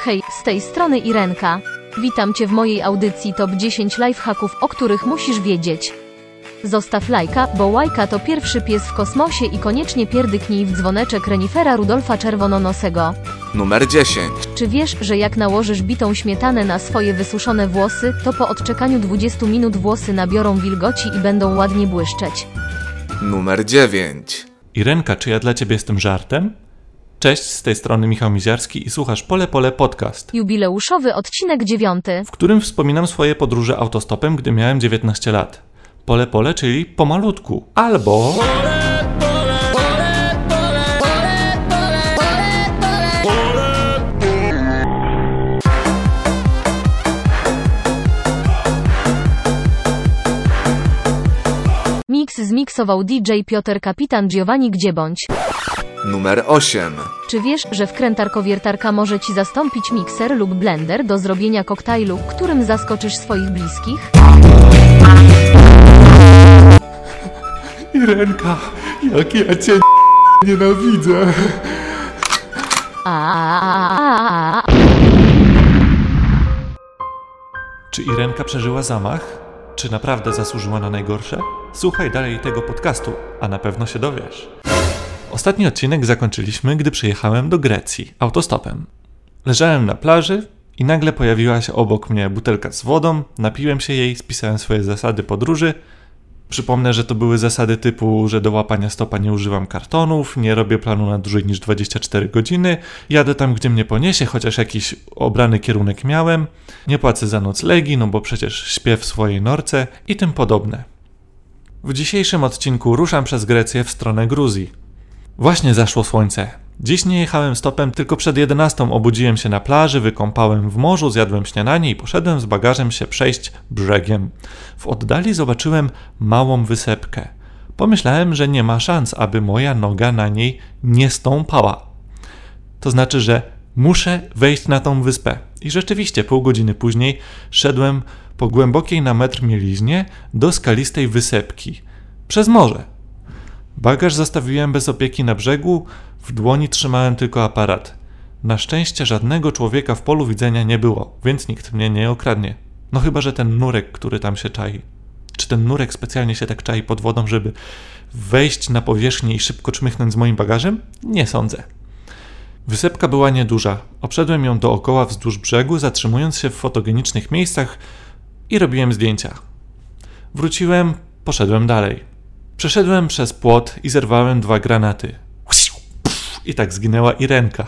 Hej, z tej strony Irenka. Witam Cię w mojej audycji Top 10 lifehacków, o których musisz wiedzieć. Zostaw lajka, bo łajka to pierwszy pies w kosmosie i koniecznie pierdyknij w dzwoneczek renifera Rudolfa Czerwononosego. Numer 10. Czy wiesz, że jak nałożysz bitą śmietanę na swoje wysuszone włosy, to po odczekaniu 20 minut włosy nabiorą wilgoci i będą ładnie błyszczeć? Numer 9. Irenka, czy ja dla Ciebie jestem żartem? Cześć, z tej strony Michał Miziarski i słuchasz Pole podcast, Jubileuszowy odcinek 9. w którym wspominam swoje podróże autostopem, gdy miałem 19 lat. Pole, czyli pomalutku. Albo... Mix zmiksował DJ Piotr Kapitan Giovanni Gdziebądź. Numer 8. Czy wiesz, że wkrętarko-wiertarka może Ci zastąpić mikser lub blender do zrobienia koktajlu, którym zaskoczysz swoich bliskich? Irenka, jak ja Cię nienawidzę. Czy Irenka przeżyła zamach? Czy naprawdę zasłużyła na najgorsze? Słuchaj dalej tego podcastu, a na pewno się dowiesz. Ostatni odcinek zakończyliśmy, gdy przyjechałem do Grecji autostopem. Leżałem na plaży i nagle pojawiła się obok mnie butelka z wodą, napiłem się jej, spisałem swoje zasady podróży. Przypomnę, że to były zasady typu, że do łapania stopa nie używam kartonów, nie robię planu na dłużej niż 24 godziny, jadę tam, gdzie mnie poniesie, chociaż jakiś obrany kierunek miałem, nie płacę za noclegi, no bo przecież śpię w swojej norce i tym podobne. W dzisiejszym odcinku ruszam przez Grecję w stronę Gruzji. Właśnie zaszło słońce. Dziś nie jechałem stopem, tylko przed 11 obudziłem się na plaży, wykąpałem w morzu, zjadłem śniadanie i poszedłem z bagażem się przejść brzegiem. W oddali zobaczyłem małą wysepkę. Pomyślałem, że nie ma szans, aby moja noga na niej nie stąpała. To znaczy, że muszę wejść na tą wyspę. I rzeczywiście pół godziny później szedłem po głębokiej na metr mieliźnie do skalistej wysepki. Przez morze. Bagaż zostawiłem bez opieki na brzegu, w dłoni trzymałem tylko aparat. Na szczęście żadnego człowieka w polu widzenia nie było, więc nikt mnie nie okradnie. No chyba, że ten nurek, który tam się czai. Czy ten nurek specjalnie się tak czai pod wodą, żeby wejść na powierzchnię i szybko czmychnąć z moim bagażem? Nie sądzę. Wysepka była nieduża. Obszedłem ją dookoła wzdłuż brzegu, zatrzymując się w fotogenicznych miejscach i robiłem zdjęcia. Wróciłem, poszedłem dalej. Przeszedłem przez płot i zerwałem 2 granaty. I tak zginęła Irenka.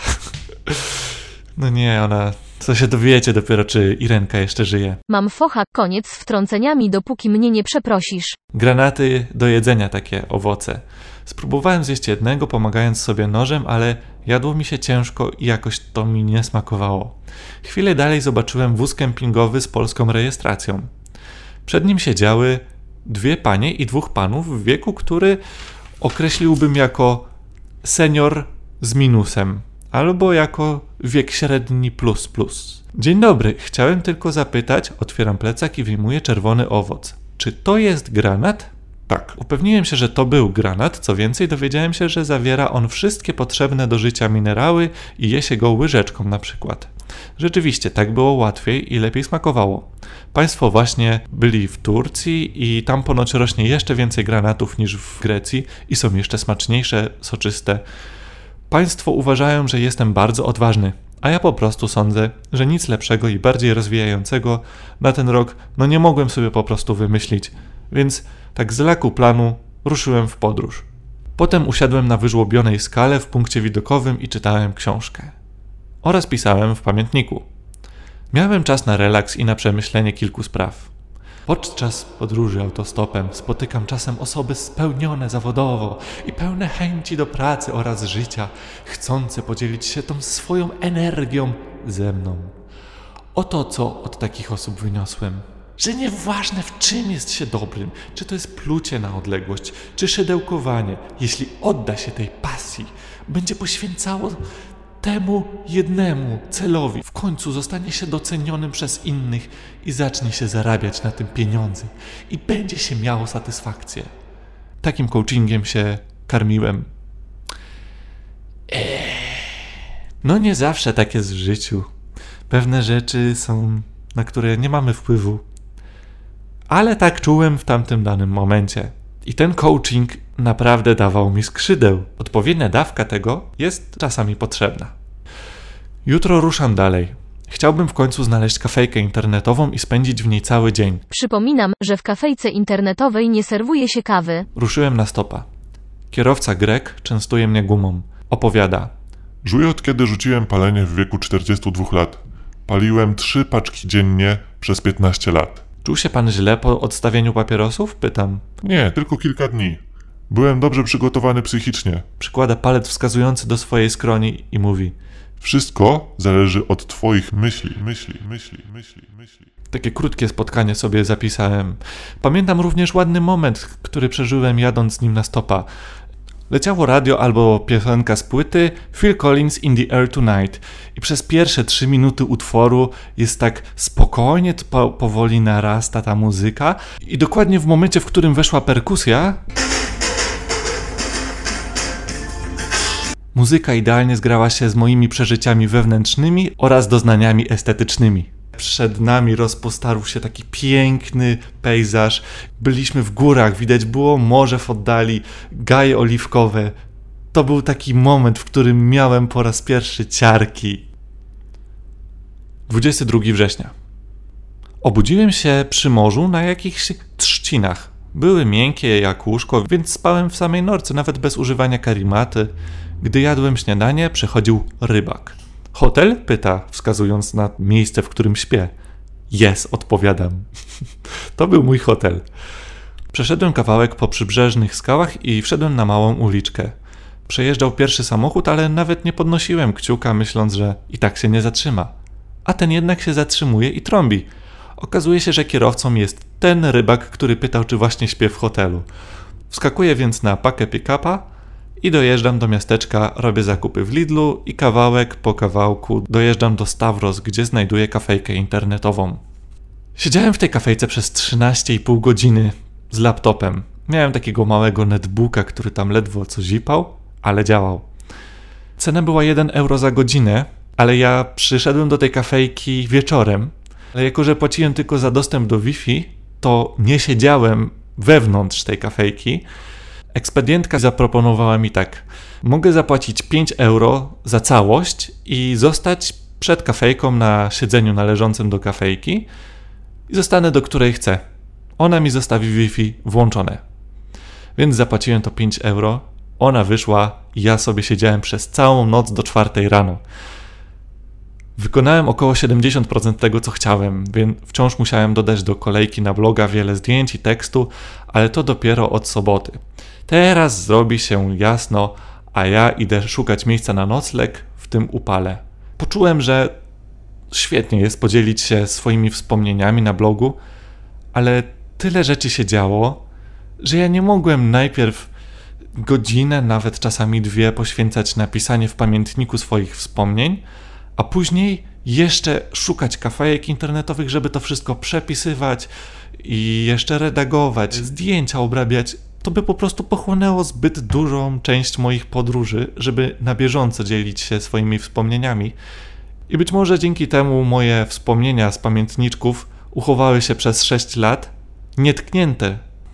No nie, ona... Co się dowiecie dopiero, czy Irenka jeszcze żyje. Mam focha, koniec z wtrąceniami, dopóki mnie nie przeprosisz. Granaty do jedzenia, takie owoce. Spróbowałem zjeść jednego, pomagając sobie nożem, ale jadło mi się ciężko i jakoś to mi nie smakowało. Chwilę dalej zobaczyłem wóz kempingowy z polską rejestracją. Przed nim siedziały 2 panie i 2 panów w wieku, który określiłbym jako senior z minusem, albo jako wiek średni plus. Dzień dobry, chciałem tylko zapytać, otwieram plecak i wyjmuję czerwony owoc. Czy to jest granat? Tak. Upewniłem się, że to był granat, co więcej dowiedziałem się, że zawiera on wszystkie potrzebne do życia minerały i je się go łyżeczką na przykład. Rzeczywiście, tak było łatwiej i lepiej smakowało. Państwo właśnie byli w Turcji i tam ponoć rośnie jeszcze więcej granatów niż w Grecji i są jeszcze smaczniejsze, soczyste. Państwo uważają, że jestem bardzo odważny, a ja po prostu sądzę, że nic lepszego i bardziej rozwijającego na ten rok nie mogłem sobie po prostu wymyślić, więc tak z laku planu ruszyłem w podróż. Potem usiadłem na wyżłobionej skale w punkcie widokowym i czytałem książkę. Oraz pisałem w pamiętniku. Miałem czas na relaks i na przemyślenie kilku spraw. Podczas podróży autostopem spotykam czasem osoby spełnione zawodowo i pełne chęci do pracy oraz życia, chcące podzielić się tą swoją energią ze mną. Oto co od takich osób wyniosłem. Że nieważne w czym jest się dobrym, czy to jest plucie na odległość, czy szydełkowanie, jeśli odda się tej pasji, będzie poświęcało temu jednemu celowi, w końcu zostanie się docenionym przez innych i zacznie się zarabiać na tym pieniądze i będzie się miało satysfakcję. Takim coachingiem się karmiłem. No nie zawsze tak jest w życiu. Pewne rzeczy są, na które nie mamy wpływu. Ale tak czułem w tamtym danym momencie. I ten coaching naprawdę dawał mi skrzydeł. Odpowiednia dawka tego jest czasami potrzebna. Jutro ruszam dalej. Chciałbym w końcu znaleźć kafejkę internetową i spędzić w niej cały dzień. Przypominam, że w kafejce internetowej nie serwuje się kawy. Ruszyłem na stopa. Kierowca Grek częstuje mnie gumą. Opowiada. Żuję od kiedy rzuciłem palenie w wieku 42 lat. Paliłem 3 paczki dziennie przez 15 lat. Czuł się pan źle po odstawieniu papierosów? Pytam. Nie, tylko kilka dni. Byłem dobrze przygotowany psychicznie. Przykłada palec wskazujący do swojej skroni i mówi. Wszystko zależy od twoich myśli. Takie krótkie spotkanie sobie zapisałem. Pamiętam również ładny moment, który przeżyłem jadąc z nim na stopa. Leciało radio albo piosenka z płyty Phil Collins In the Air Tonight i przez pierwsze 3 minuty utworu jest tak spokojnie, powoli narasta ta muzyka i dokładnie w momencie, w którym weszła perkusja, muzyka idealnie zgrała się z moimi przeżyciami wewnętrznymi oraz doznaniami estetycznymi. Przed nami rozpostarł się taki piękny pejzaż. Byliśmy w górach, widać było morze w oddali, gaje oliwkowe. To był taki moment, w którym miałem po raz pierwszy ciarki. 22 września. Obudziłem się przy morzu na jakichś trzcinach. Były miękkie jak łóżko, więc spałem w samej norce, nawet bez używania karimaty. Gdy jadłem śniadanie, przechodził rybak. Hotel? Pyta, wskazując na miejsce, w którym śpię. Yes, odpowiadam. To był mój hotel. Przeszedłem kawałek po przybrzeżnych skałach i wszedłem na małą uliczkę. Przejeżdżał pierwszy samochód, ale nawet nie podnosiłem kciuka, myśląc, że i tak się nie zatrzyma. A ten jednak się zatrzymuje i trąbi. Okazuje się, że kierowcą jest ten rybak, który pytał, czy właśnie śpię w hotelu. Wskakuję więc na pakę pick-upa i dojeżdżam do miasteczka, robię zakupy w Lidlu i kawałek po kawałku dojeżdżam do Stavros, gdzie znajduję kafejkę internetową. Siedziałem w tej kafejce przez 13,5 godziny z laptopem. Miałem takiego małego netbooka, który tam ledwo co zipał, ale działał. Cena była 1 euro za godzinę, ale ja przyszedłem do tej kafejki wieczorem. Ale jako, że płaciłem tylko za dostęp do Wi-Fi, to nie siedziałem wewnątrz tej kafejki. Ekspedientka zaproponowała mi tak. Mogę zapłacić 5 euro za całość i zostać przed kafejką na siedzeniu należącym do kafejki i zostanę do której chcę. Ona mi zostawi Wi-Fi włączone. Więc zapłaciłem to 5 euro, ona wyszła i ja sobie siedziałem przez całą noc do 4 rano. Wykonałem około 70% tego, co chciałem, więc wciąż musiałem dodać do kolejki na bloga wiele zdjęć i tekstu, ale to dopiero od soboty. Teraz zrobi się jasno, a ja idę szukać miejsca na nocleg w tym upale. Poczułem, że świetnie jest podzielić się swoimi wspomnieniami na blogu, ale tyle rzeczy się działo, że ja nie mogłem najpierw godzinę, nawet czasami 2 poświęcać na pisanie w pamiętniku swoich wspomnień, a później jeszcze szukać kafejek internetowych, żeby to wszystko przepisywać i jeszcze redagować, zdjęcia obrabiać. To by po prostu pochłonęło zbyt dużą część moich podróży, żeby na bieżąco dzielić się swoimi wspomnieniami. I być może dzięki temu moje wspomnienia z pamiętniczków uchowały się przez 6 lat, nietknięte.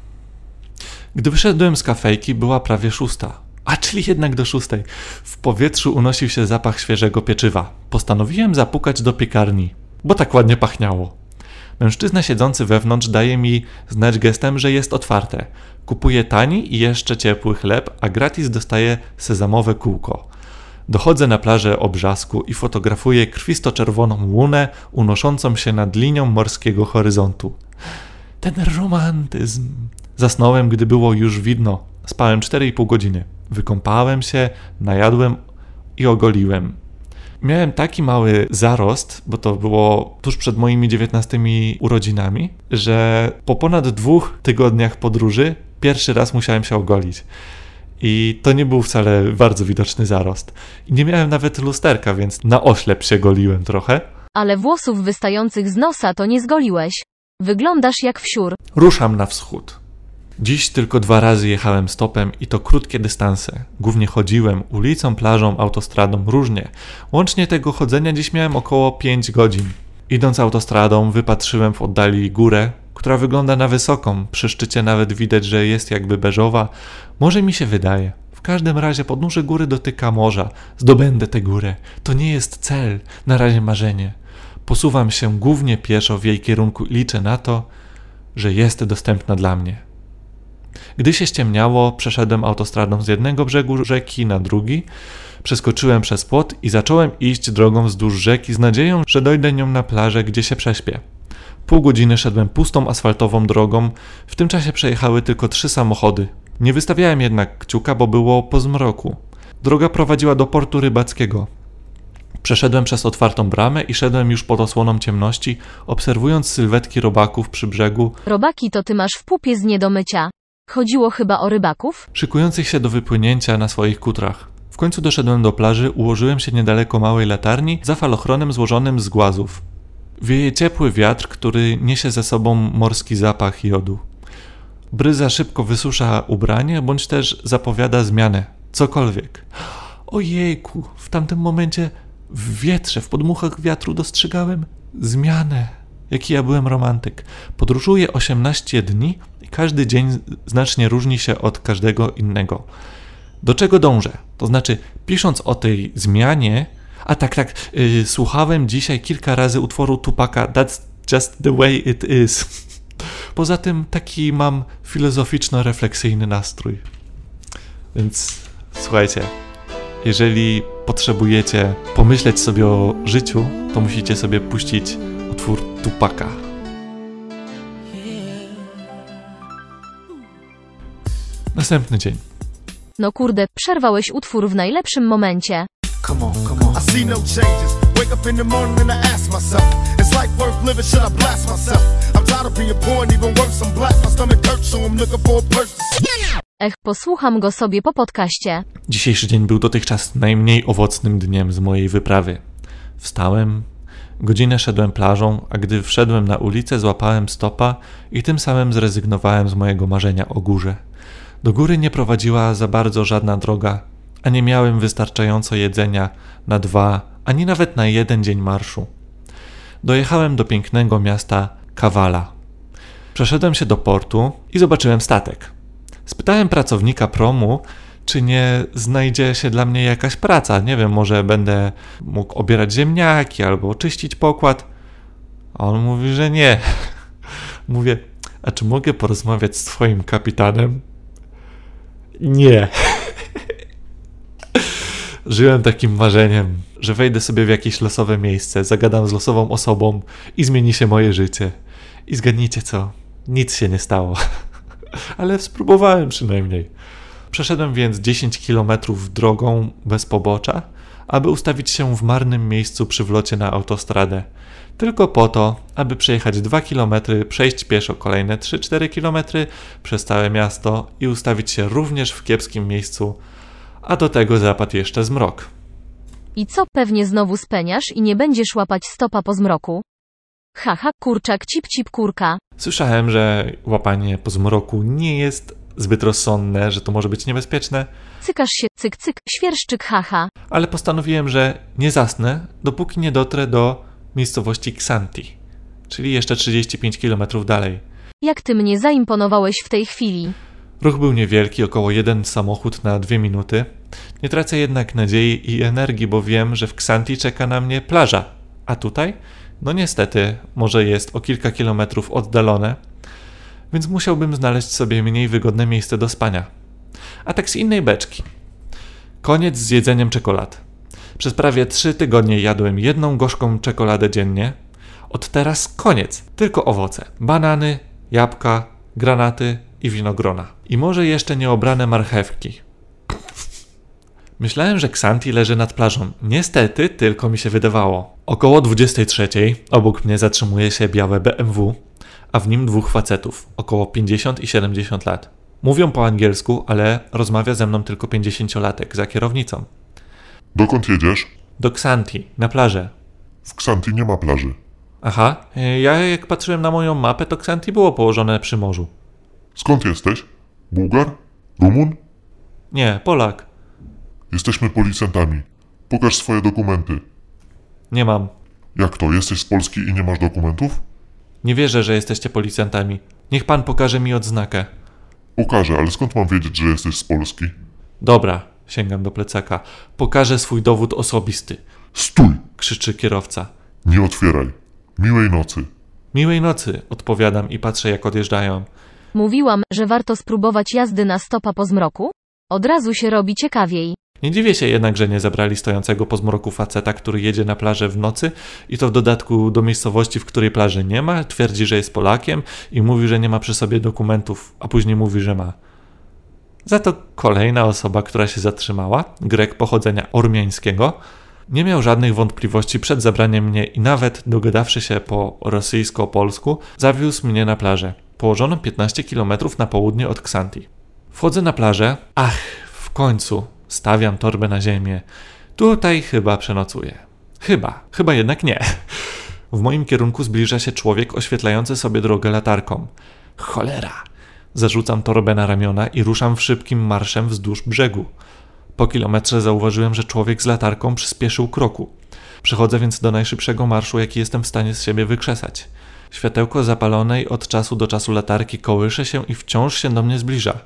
Gdy wyszedłem z kafejki, była prawie 6. Czyli jednak do 6. W powietrzu unosił się zapach świeżego pieczywa. Postanowiłem zapukać do piekarni, bo tak ładnie pachniało. Mężczyzna siedzący wewnątrz daje mi znać gestem, że jest otwarte. Kupuję tani i jeszcze ciepły chleb, a gratis dostaję sezamowe kółko. Dochodzę na plażę Obrzasku i fotografuję krwisto-czerwoną łunę unoszącą się nad linią morskiego horyzontu. Ten romantyzm. Zasnąłem, gdy było już widno. Spałem 4,5 godziny. Wykąpałem się, najadłem i ogoliłem. Miałem taki mały zarost, bo to było tuż przed moimi 19 urodzinami, że po ponad 2 tygodniach podróży pierwszy raz musiałem się ogolić. I to nie był wcale bardzo widoczny zarost. I nie miałem nawet lusterka, więc na oślep się goliłem trochę. Ale włosów wystających z nosa to nie zgoliłeś. Wyglądasz jak wsiór. Ruszam na wschód. Dziś tylko 2 razy jechałem stopem i to krótkie dystanse. Głównie chodziłem ulicą, plażą, autostradą, różnie. Łącznie tego chodzenia dziś miałem około 5 godzin. Idąc autostradą wypatrzyłem w oddali górę, która wygląda na wysoką. Przy szczycie nawet widać, że jest jakby beżowa. Może mi się wydaje. W każdym razie podnóże góry dotyka morza. Zdobędę tę górę. To nie jest cel, na razie marzenie. Posuwam się głównie pieszo w jej kierunku i liczę na to, że jest dostępna dla mnie. Gdy się ściemniało, przeszedłem autostradą z jednego brzegu rzeki na drugi, przeskoczyłem przez płot i zacząłem iść drogą wzdłuż rzeki z nadzieją, że dojdę nią na plażę, gdzie się prześpię. Pół godziny szedłem pustą asfaltową drogą, w tym czasie przejechały tylko 3 samochody. Nie wystawiałem jednak kciuka, bo było po zmroku. Droga prowadziła do portu rybackiego. Przeszedłem przez otwartą bramę i szedłem już pod osłoną ciemności, obserwując sylwetki robaków przy brzegu, Robaki to ty masz w pupie z niedomycia. Chodziło chyba o rybaków? szykujących się do wypłynięcia na swoich kutrach. W końcu doszedłem do plaży, ułożyłem się niedaleko małej latarni za falochronem złożonym z głazów. Wieje ciepły wiatr, który niesie ze sobą morski zapach jodu. Bryza szybko wysusza ubranie, bądź też zapowiada zmianę, cokolwiek. Ojejku, w tamtym momencie w wietrze, w podmuchach wiatru dostrzegałem zmianę. Jaki ja byłem romantyk. Podróżuję 18 dni i każdy dzień znacznie różni się od każdego innego. Do czego dążę? To znaczy, pisząc o tej zmianie, słuchałem dzisiaj kilka razy utworu Tupaca That's Just the Way It Is. Poza tym taki mam filozoficzno-refleksyjny nastrój. Więc słuchajcie, jeżeli potrzebujecie pomyśleć sobie o życiu, to musicie sobie puścić utwór Tupaca. Następny dzień. No kurde, przerwałeś utwór w najlepszym momencie. Come on. I see no changes. Wake up in the morning and I ask myself, is life worth living? Should I blast myself? I'm tired of being poor and even worse, I'm black. My stomach hurts, so I'm looking for a purse. Posłucham go sobie po podcaście. Dzisiejszy dzień był dotychczas najmniej owocnym dniem z mojej wyprawy. Wstałem, godzinę szedłem plażą, a gdy wszedłem na ulicę, złapałem stopa i tym samym zrezygnowałem z mojego marzenia o górze. Do góry nie prowadziła za bardzo żadna droga, a nie miałem wystarczająco jedzenia na 2, ani nawet na 1 dzień marszu. Dojechałem do pięknego miasta Kavala. Przeszedłem się do portu i zobaczyłem statek. Spytałem pracownika promu, czy nie znajdzie się dla mnie jakaś praca. Nie wiem, może będę mógł obierać ziemniaki albo czyścić pokład. A on mówi, że nie. Mówię, a czy mogę porozmawiać z twoim kapitanem? Nie. Żyłem takim marzeniem, że wejdę sobie w jakieś losowe miejsce, zagadam z losową osobą i zmieni się moje życie. I zgadnijcie co? Nic się nie stało. Ale spróbowałem przynajmniej. Przeszedłem więc 10 km drogą bez pobocza, aby ustawić się w marnym miejscu przy wlocie na autostradę. Tylko po to, aby przejechać 2 km, przejść pieszo kolejne 3-4 km przez całe miasto i ustawić się również w kiepskim miejscu, a do tego zapadł jeszcze zmrok. I co, pewnie znowu speniasz i nie będziesz łapać stopa po zmroku? Haha, kurczak, cip kurka. Słyszałem, że łapanie po zmroku nie jest zbyt rozsądne, że to może być niebezpieczne, Cykasz się, cyk, świerszczyk, haha. ale postanowiłem, że nie zasnę, dopóki nie dotrę do miejscowości Xanthi, czyli jeszcze 35 km dalej. Jak ty mnie zaimponowałeś w tej chwili. Ruch był niewielki, około 1 samochód na 2 minuty. Nie tracę jednak nadziei i energii, bo wiem, że w Xanthi czeka na mnie plaża. A tutaj? No niestety, może jest o kilka kilometrów oddalone, więc musiałbym znaleźć sobie mniej wygodne miejsce do spania. A tak z innej beczki. Koniec z jedzeniem czekolad. Przez prawie 3 tygodnie jadłem 1 gorzką czekoladę dziennie. Od teraz koniec. Tylko owoce. Banany, jabłka, granaty i winogrona. I może jeszcze nieobrane marchewki. Myślałem, że Xanthi leży nad plażą. Niestety, tylko mi się wydawało. Około 23:00 obok mnie zatrzymuje się białe BMW, a w nim 2 facetów, około 50 i 70 lat. Mówią po angielsku, ale rozmawia ze mną tylko 50-latek za kierownicą. Dokąd jedziesz? Do Xanthi, na plażę. W Xanthi nie ma plaży. Aha, ja jak patrzyłem na moją mapę, to Xanthi było położone przy morzu. Skąd jesteś? Bułgar? Rumun? Nie, Polak. Jesteśmy policjantami. Pokaż swoje dokumenty. Nie mam. Jak to? Jesteś z Polski i nie masz dokumentów? Nie wierzę, że jesteście policjantami. Niech pan pokaże mi odznakę. Pokażę, ale skąd mam wiedzieć, że jesteś z Polski? Dobra, sięgam do plecaka. Pokażę swój dowód osobisty. Stój! Krzyczy kierowca. Nie otwieraj. Miłej nocy. Miłej nocy, odpowiadam i patrzę jak odjeżdżają. Mówiłam, że warto spróbować jazdy na stopa po zmroku? Od razu się robi ciekawiej. Nie dziwię się jednak, że nie zabrali stojącego po zmroku faceta, który jedzie na plażę w nocy i to w dodatku do miejscowości, w której plaży nie ma, twierdzi, że jest Polakiem i mówi, że nie ma przy sobie dokumentów, a później mówi, że ma. Za to kolejna osoba, która się zatrzymała, Grek pochodzenia ormiańskiego, nie miał żadnych wątpliwości przed zabraniem mnie i nawet, dogadawszy się po rosyjsko-polsku, zawiózł mnie na plażę, położoną 15 km na południe od Ksanti. Wchodzę na plażę, w końcu stawiam torbę na ziemię. Tutaj chyba przenocuję. Chyba jednak nie. W moim kierunku zbliża się człowiek oświetlający sobie drogę latarką. Cholera! Zarzucam torbę na ramiona i ruszam szybkim marszem wzdłuż brzegu. Po kilometrze zauważyłem, że człowiek z latarką przyspieszył kroku. Przechodzę więc do najszybszego marszu, jaki jestem w stanie z siebie wykrzesać. Światełko zapalonej od czasu do czasu latarki kołysze się i wciąż się do mnie zbliża.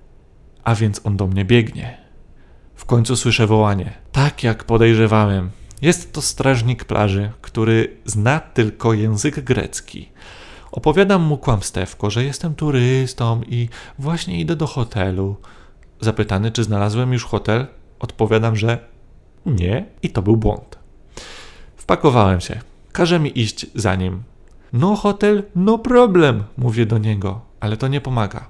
A więc on do mnie biegnie. W końcu słyszę wołanie. Tak jak podejrzewałem. Jest to strażnik plaży, który zna tylko język grecki. Opowiadam mu kłamstewko, że jestem turystą i właśnie idę do hotelu. Zapytany, czy znalazłem już hotel, odpowiadam, że nie i to był błąd. Wpakowałem się. Każe mi iść za nim. No hotel, no problem, mówię do niego, ale to nie pomaga.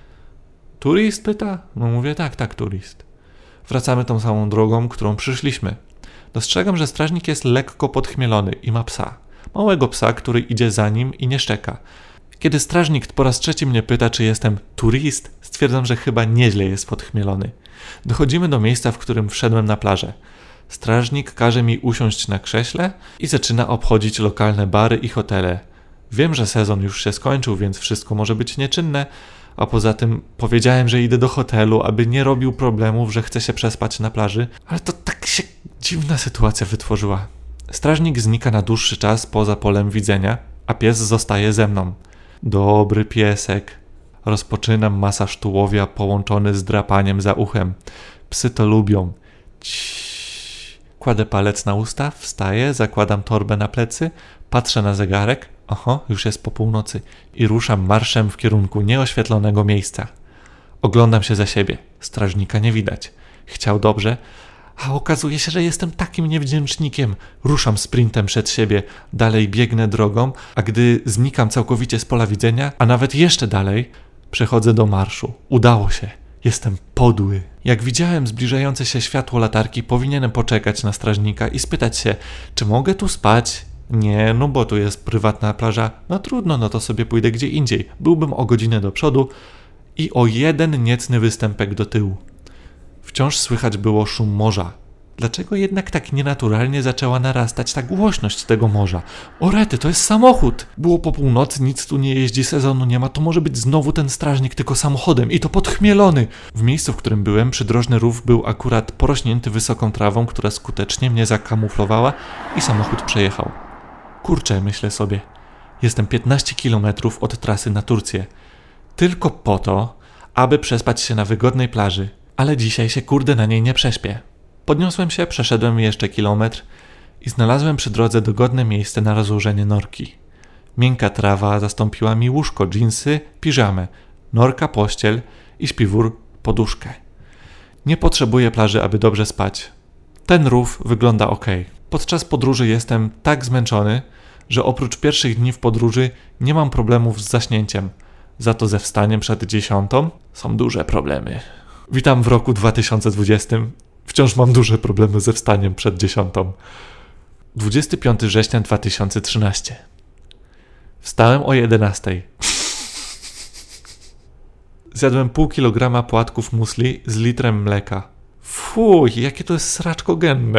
Turist pyta? No mówię, tak, turist. Wracamy tą samą drogą, którą przyszliśmy. Dostrzegam, że strażnik jest lekko podchmielony i ma psa. Małego psa, który idzie za nim i nie szczeka. Kiedy strażnik po raz trzeci mnie pyta, czy jestem turist, stwierdzam, że chyba nieźle jest podchmielony. Dochodzimy do miejsca, w którym wszedłem na plażę. Strażnik każe mi usiąść na krześle i zaczyna obchodzić lokalne bary i hotele. Wiem, że sezon już się skończył, więc wszystko może być nieczynne, a poza tym powiedziałem, że idę do hotelu, aby nie robił problemów, że chcę się przespać na plaży, ale to tak się dziwna sytuacja wytworzyła. Strażnik znika na dłuższy czas poza polem widzenia, a pies zostaje ze mną. Dobry piesek. Rozpoczynam masaż tułowia połączony z drapaniem za uchem. Psy to lubią. Ciii. Kładę palec na usta, wstaję, zakładam torbę na plecy, patrzę na zegarek. Już jest po północy i ruszam marszem w kierunku nieoświetlonego miejsca. Oglądam się za siebie. Strażnika nie widać. Chciał dobrze, a okazuje się, że jestem takim niewdzięcznikiem. Ruszam sprintem przed siebie, dalej biegnę drogą, a gdy znikam całkowicie z pola widzenia, a nawet jeszcze dalej, przechodzę do marszu. Udało się. Jestem podły. Jak widziałem zbliżające się światło latarki, powinienem poczekać na strażnika i spytać się, czy mogę tu spać? Nie, no bo tu jest prywatna plaża. No trudno, no to sobie pójdę gdzie indziej. Byłbym o godzinę do przodu i o jeden niecny występek do tyłu. Wciąż słychać było szum morza. Dlaczego jednak tak nienaturalnie zaczęła narastać ta głośność tego morza? O rety, to jest samochód! Było po północy, nic tu nie jeździ, sezonu nie ma, to może być znowu ten strażnik, tylko samochodem i to podchmielony! W miejscu, w którym byłem, przydrożny rów był akurat porośnięty wysoką trawą, która skutecznie mnie zakamuflowała i samochód przejechał. Kurczę, myślę sobie, jestem 15 km od trasy na Turcję. Tylko po to, aby przespać się na wygodnej plaży, ale dzisiaj się kurde na niej nie prześpię. Podniosłem się, przeszedłem jeszcze kilometr i znalazłem przy drodze dogodne miejsce na rozłożenie norki. Miękka trawa zastąpiła mi łóżko, dżinsy, piżamę, norka, pościel i śpiwór, poduszkę. Nie potrzebuję plaży, aby dobrze spać. Ten rów wygląda ok. Podczas podróży jestem tak zmęczony, że oprócz pierwszych dni w podróży nie mam problemów z zaśnięciem. Za to ze wstaniem przed 10 są duże problemy. Witam w roku 2020. Wciąż mam duże problemy ze wstaniem przed 10. 25 września 2013. Wstałem o 11. Zjadłem pół kilograma płatków musli z litrem mleka. Fuj, jakie to jest sraczko genne.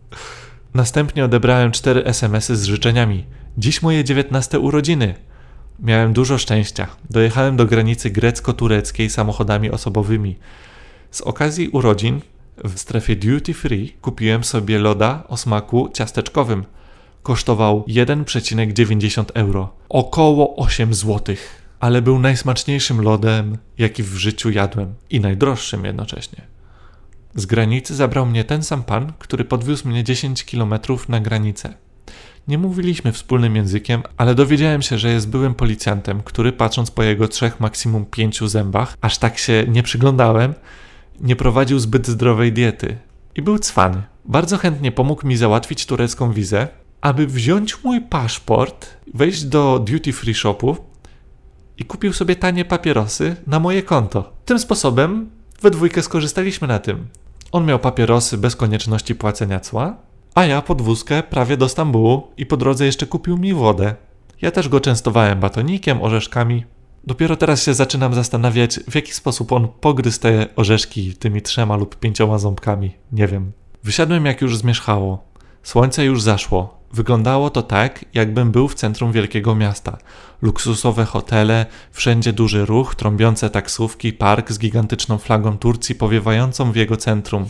Następnie odebrałem 4 SMS-y z życzeniami. Dziś moje 19 urodziny. Miałem dużo szczęścia. Dojechałem do granicy grecko-tureckiej samochodami osobowymi. Z okazji urodzin w strefie duty free kupiłem sobie loda o smaku ciasteczkowym. Kosztował 1,90 €. Około 8 zł. Ale był najsmaczniejszym lodem, jaki w życiu jadłem. I najdroższym jednocześnie. Z granicy zabrał mnie ten sam pan, który podwiózł mnie 10 km na granicę. Nie mówiliśmy wspólnym językiem, ale dowiedziałem się, że jest byłym policjantem, który patrząc po jego 3, maksimum 5 zębach, aż tak się nie przyglądałem, nie prowadził zbyt zdrowej diety. I był cwany. Bardzo chętnie pomógł mi załatwić turecką wizę, aby wziąć mój paszport, wejść do duty free shopu i kupił sobie tanie papierosy na moje konto. Tym sposobem we dwójkę skorzystaliśmy na tym. On miał papierosy bez konieczności płacenia cła, a ja podwózkę prawie do Stambułu i po drodze jeszcze kupił mi wodę. Ja też go częstowałem batonikiem, orzeszkami. Dopiero teraz się zaczynam zastanawiać, w jaki sposób on pogryzł te orzeszki tymi 3 lub 5 ząbkami. Nie wiem. Wysiadłem jak już zmierzchało. Słońce już zaszło. Wyglądało to tak, jakbym był w centrum wielkiego miasta. Luksusowe hotele, wszędzie duży ruch, trąbiące taksówki, park z gigantyczną flagą Turcji powiewającą w jego centrum.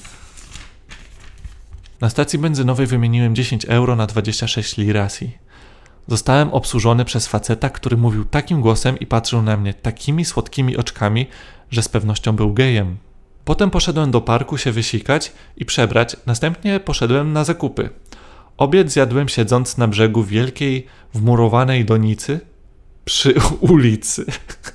Na stacji benzynowej wymieniłem 10 € na 26 lirasi. Zostałem obsłużony przez faceta, który mówił takim głosem i patrzył na mnie takimi słodkimi oczkami, że z pewnością był gejem. Potem poszedłem do parku się wysikać i przebrać, następnie poszedłem na zakupy. Obiad zjadłem siedząc na brzegu wielkiej, wmurowanej donicy przy ulicy.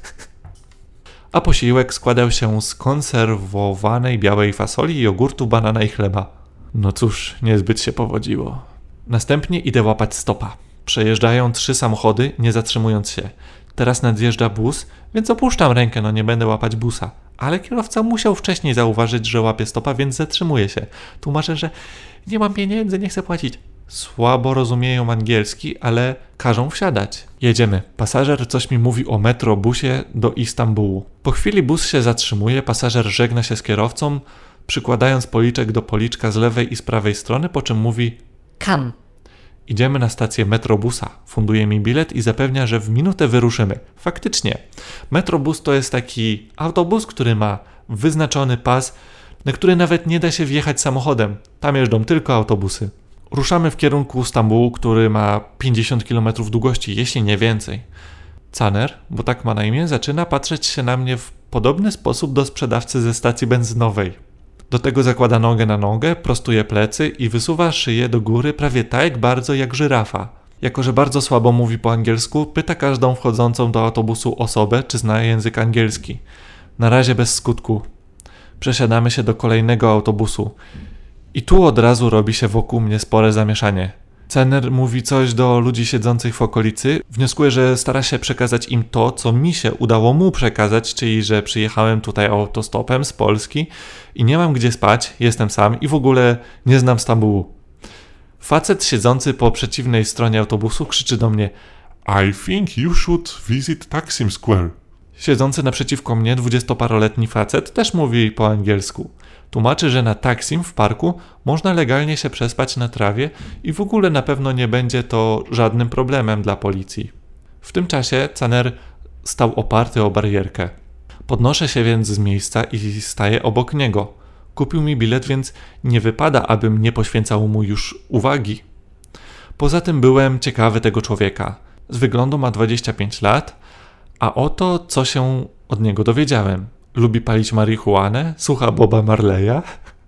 A posiłek składał się z konserwowanej białej fasoli, jogurtu, banana i chleba. No cóż, niezbyt się powodziło. Następnie idę łapać stopa. Przejeżdżają 3 samochody, nie zatrzymując się. Teraz nadjeżdża bus, więc opuszczam rękę, nie będę łapać busa. Ale kierowca musiał wcześniej zauważyć, że łapie stopa, więc zatrzymuje się. Tłumaczę, że nie mam pieniędzy, nie chcę płacić. Słabo rozumieją angielski, ale każą wsiadać. Jedziemy. Pasażer coś mi mówi o metrobusie do Istambułu. Po chwili bus się zatrzymuje, pasażer żegna się z kierowcą, przykładając policzek do policzka z lewej i z prawej strony, po czym mówi Come. Idziemy na stację metrobusa. Funduje mi bilet i zapewnia, że w minutę wyruszymy. Faktycznie. Metrobus to jest taki autobus, który ma wyznaczony pas, na który nawet nie da się wjechać samochodem. Tam jeżdżą tylko autobusy. Ruszamy w kierunku Stambułu, który ma 50 km długości, jeśli nie więcej. Caner, bo tak ma na imię, zaczyna patrzeć się na mnie w podobny sposób do sprzedawcy ze stacji benzynowej. Do tego zakłada nogę na nogę, prostuje plecy i wysuwa szyję do góry prawie tak bardzo jak żyrafa. Jako że bardzo słabo mówi po angielsku, pyta każdą wchodzącą do autobusu osobę, czy zna język angielski. Na razie bez skutku. Przesiadamy się do kolejnego autobusu. I tu od razu robi się wokół mnie spore zamieszanie. Cener mówi coś do ludzi siedzących w okolicy. Wnioskuję, że stara się przekazać im to, co mi się udało mu przekazać, czyli że przyjechałem tutaj autostopem z Polski i nie mam gdzie spać, jestem sam i w ogóle nie znam Stambułu. Facet siedzący po przeciwnej stronie autobusu krzyczy do mnie I think you should visit Taksim Square. Siedzący naprzeciwko mnie 20-paroletni facet też mówi po angielsku. Tłumaczy, że na Taksim w parku można legalnie się przespać na trawie i w ogóle na pewno nie będzie to żadnym problemem dla policji. W tym czasie Caner stał oparty o barierkę. Podnoszę się więc z miejsca i staję obok niego. Kupił mi bilet, więc nie wypada, abym nie poświęcał mu już uwagi. Poza tym byłem ciekawy tego człowieka. Z wyglądu ma 25 lat, a oto co się od niego dowiedziałem. Lubi palić marihuanę, słucha Boba Marleya,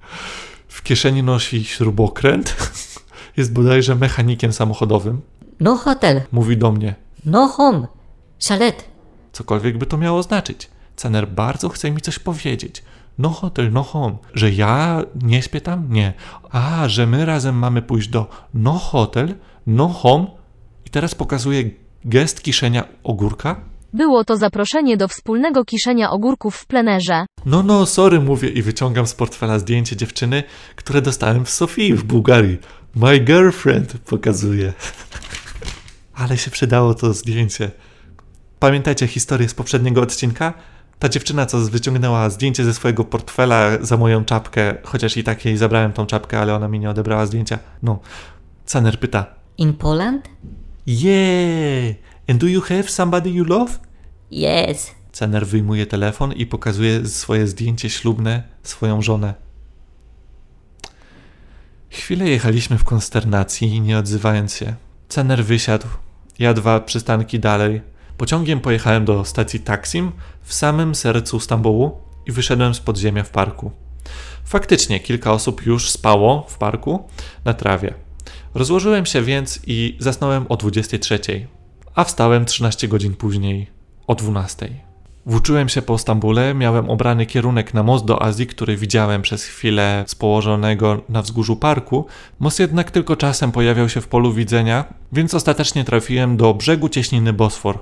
w kieszeni nosi śrubokręt, jest bodajże mechanikiem samochodowym. No hotel, Mówi do mnie, no home, chalet. cokolwiek by to miało znaczyć. Caner bardzo chce mi coś powiedzieć. No hotel, no home. Że ja nie śpię tam? Nie. A, że my razem mamy pójść do no hotel, no home i teraz pokazuje gest kiszenia ogórka. Było to zaproszenie do wspólnego kiszenia ogórków w plenerze. No, sorry, mówię i wyciągam z portfela zdjęcie dziewczyny, które dostałem w Sofii w Bułgarii. My girlfriend pokazuje. Ale się przydało to zdjęcie. Pamiętajcie historię z poprzedniego odcinka? Ta dziewczyna, co wyciągnęła zdjęcie ze swojego portfela za moją czapkę, chociaż i tak jej zabrałem tą czapkę, ale ona mi nie odebrała zdjęcia. No, Caner pyta. In Poland? Yeah! And do you have somebody you love? Yes. Cener wyjmuje telefon i pokazuje swoje zdjęcie ślubne, swoją żonę. Chwilę jechaliśmy w konsternacji, nie odzywając się. Cener wysiadł, ja 2 przystanki dalej. Pociągiem pojechałem do stacji Taksim w samym sercu Stambułu i wyszedłem z podziemia w parku. Faktycznie kilka osób już spało w parku na trawie. Rozłożyłem się więc i zasnąłem o 23:00, a wstałem 13 godzin później o 12:00. Włóczyłem się po Stambule, miałem obrany kierunek na most do Azji, który widziałem przez chwilę z położonego na wzgórzu parku. Most jednak tylko czasem pojawiał się w polu widzenia, więc ostatecznie trafiłem do brzegu cieśniny Bosfor.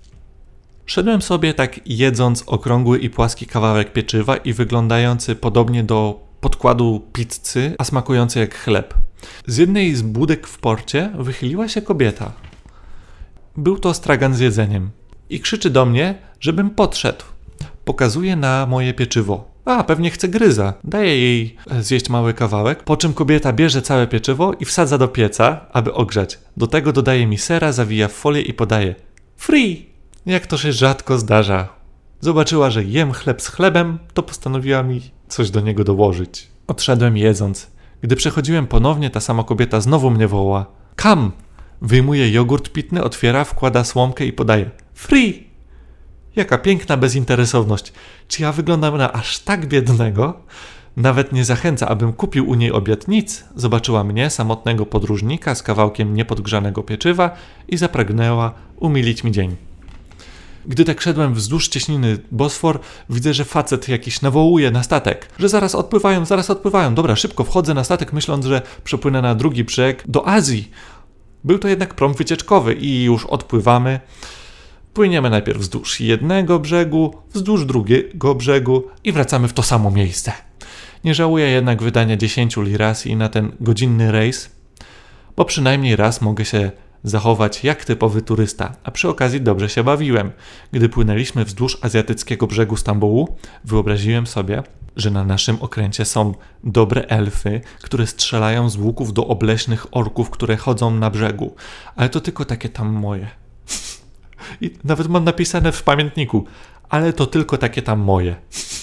Szedłem sobie tak jedząc okrągły i płaski kawałek pieczywa i wyglądający podobnie do podkładu pizzy, a smakujący jak chleb. Z jednej z budek w porcie wychyliła się kobieta. Był to stragan z jedzeniem. I krzyczy do mnie, żebym podszedł. Pokazuje na moje pieczywo. A, pewnie chce gryza. Daję jej zjeść mały kawałek, po czym kobieta bierze całe pieczywo i wsadza do pieca, aby ogrzać. Do tego dodaje mi sera, zawija w folię i podaje. Free! Jak to się rzadko zdarza. Zobaczyła, że jem chleb z chlebem, to postanowiła mi coś do niego dołożyć. Odszedłem jedząc. Gdy przechodziłem ponownie, ta sama kobieta znowu mnie woła. Come! Wyjmuje jogurt pitny, otwiera, wkłada słomkę i podaje. Free! Jaka piękna bezinteresowność. Czy ja wyglądam na aż tak biednego? Nawet nie zachęca, abym kupił u niej obiad nic. Zobaczyła mnie, samotnego podróżnika z kawałkiem niepodgrzanego pieczywa i zapragnęła umilić mi dzień. Gdy tak szedłem wzdłuż cieśniny Bosfor, widzę, że facet jakiś nawołuje na statek, że zaraz odpływają. Dobra, szybko wchodzę na statek, myśląc, że przepłynę na drugi brzeg do Azji. Był to jednak prom wycieczkowy i już odpływamy. Płyniemy najpierw wzdłuż jednego brzegu, wzdłuż drugiego brzegu i wracamy w to samo miejsce. Nie żałuję jednak wydania 10 lirasi na ten godzinny rejs, bo przynajmniej raz mogę się zachować jak typowy turysta, a przy okazji dobrze się bawiłem. Gdy płynęliśmy wzdłuż azjatyckiego brzegu Stambułu, wyobraziłem sobie, że na naszym okręcie są dobre elfy, które strzelają z łuków do obleśnych orków, które chodzą na brzegu. Ale to tylko takie tam moje. I nawet mam napisane w pamiętniku, ale to tylko takie tam moje.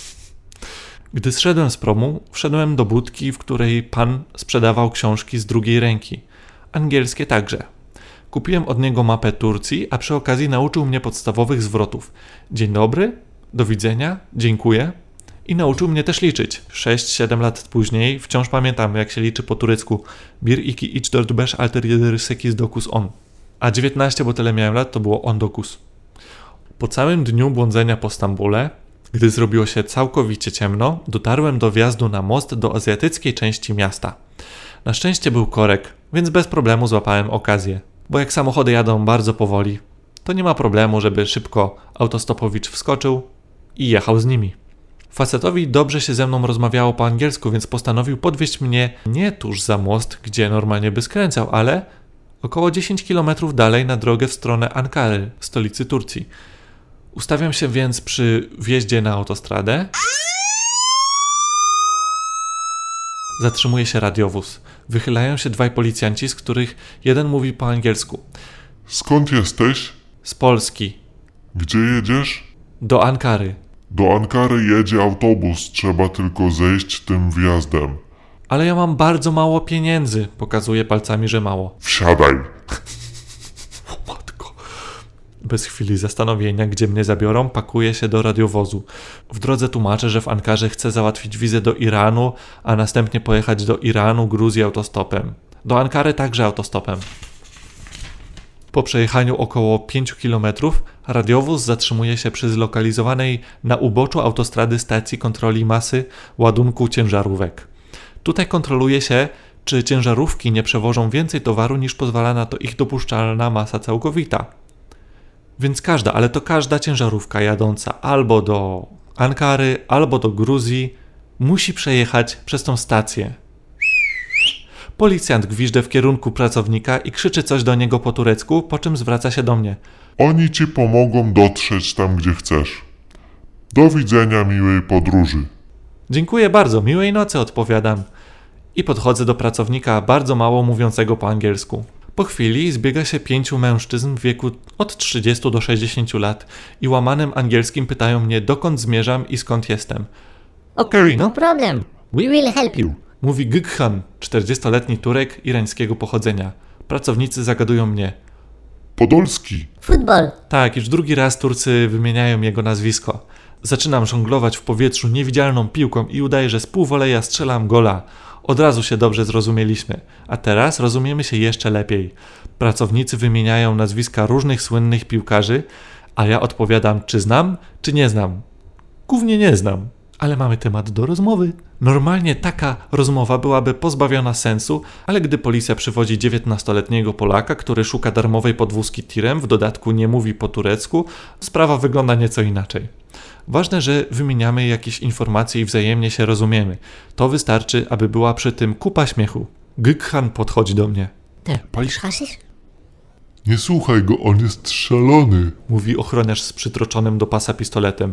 Gdy zszedłem z promu, wszedłem do budki, w której pan sprzedawał książki z drugiej ręki. Angielskie także. Kupiłem od niego mapę Turcji, a przy okazji nauczył mnie podstawowych zwrotów. Dzień dobry, do widzenia, dziękuję. I nauczył mnie też liczyć. 6-7 lat później wciąż pamiętam, jak się liczy po turecku. 1, 2, 3, 4, 5, 6, 7, 8 9 on. A 19, bo tyle miałem lat, to było on dokus. Po całym dniu błądzenia po Stambule, gdy zrobiło się całkowicie ciemno, dotarłem do wjazdu na most do azjatyckiej części miasta. Na szczęście był korek, więc bez problemu złapałem okazję. Bo jak samochody jadą bardzo powoli, to nie ma problemu, żeby szybko autostopowicz wskoczył i jechał z nimi. Facetowi dobrze się ze mną rozmawiało po angielsku, więc postanowił podwieźć mnie nie tuż za most, gdzie normalnie by skręcał, ale około 10 km dalej na drogę w stronę Ankary, stolicy Turcji. Ustawiam się więc przy wjeździe na autostradę. Zatrzymuje się radiowóz. Wychylają się 2 policjanci, z których jeden mówi po angielsku. Skąd jesteś? Z Polski. Gdzie jedziesz? Do Ankary. Do Ankary jedzie autobus, trzeba tylko zejść tym wjazdem. Ale ja mam bardzo mało pieniędzy. Pokazuje palcami, że mało. Wsiadaj. Matko. Bez chwili zastanowienia, gdzie mnie zabiorą, pakuję się do radiowozu. W drodze tłumaczę, że w Ankarze chcę załatwić wizę do Iranu, a następnie pojechać do Iranu, Gruzji autostopem. Do Ankary także autostopem. Po przejechaniu około 5 km radiowóz zatrzymuje się przy zlokalizowanej na uboczu autostrady stacji kontroli masy ładunku ciężarówek. Tutaj kontroluje się, czy ciężarówki nie przewożą więcej towaru niż pozwala na to ich dopuszczalna masa całkowita. Więc każda ciężarówka jadąca albo do Ankary, albo do Gruzji musi przejechać przez tą stację. Policjant gwiżdże w kierunku pracownika i krzyczy coś do niego po turecku, po czym zwraca się do mnie. Oni ci pomogą dotrzeć tam, gdzie chcesz. Do widzenia, miłej podróży. Dziękuję bardzo, miłej nocy, odpowiadam. I podchodzę do pracownika bardzo mało mówiącego po angielsku. Po chwili zbiega się 5 mężczyzn w wieku od 30 do 60 lat i łamanym angielskim pytają mnie, dokąd zmierzam i skąd jestem. Okay, no problem. We will help you. Mówi Gykhan, 40-letni Turek irańskiego pochodzenia. Pracownicy zagadują mnie. Podolski. Football. Tak, już drugi raz Turcy wymieniają jego nazwisko. Zaczynam żonglować w powietrzu niewidzialną piłką i udaję, że z półwoleja strzelam gola. Od razu się dobrze zrozumieliśmy, a teraz rozumiemy się jeszcze lepiej. Pracownicy wymieniają nazwiska różnych słynnych piłkarzy, a ja odpowiadam, czy znam, czy nie znam. Głównie nie znam, ale mamy temat do rozmowy. Normalnie taka rozmowa byłaby pozbawiona sensu, ale gdy policja przywodzi 19-letniego Polaka, który szuka darmowej podwózki tirem, w dodatku nie mówi po turecku, sprawa wygląda nieco inaczej. Ważne, że wymieniamy jakieś informacje i wzajemnie się rozumiemy. To wystarczy, aby była przy tym kupa śmiechu. Gykhan podchodzi do mnie. Palisz haszysz? Nie słuchaj go, on jest szalony. Mówi ochroniarz z przytroczonym do pasa pistoletem.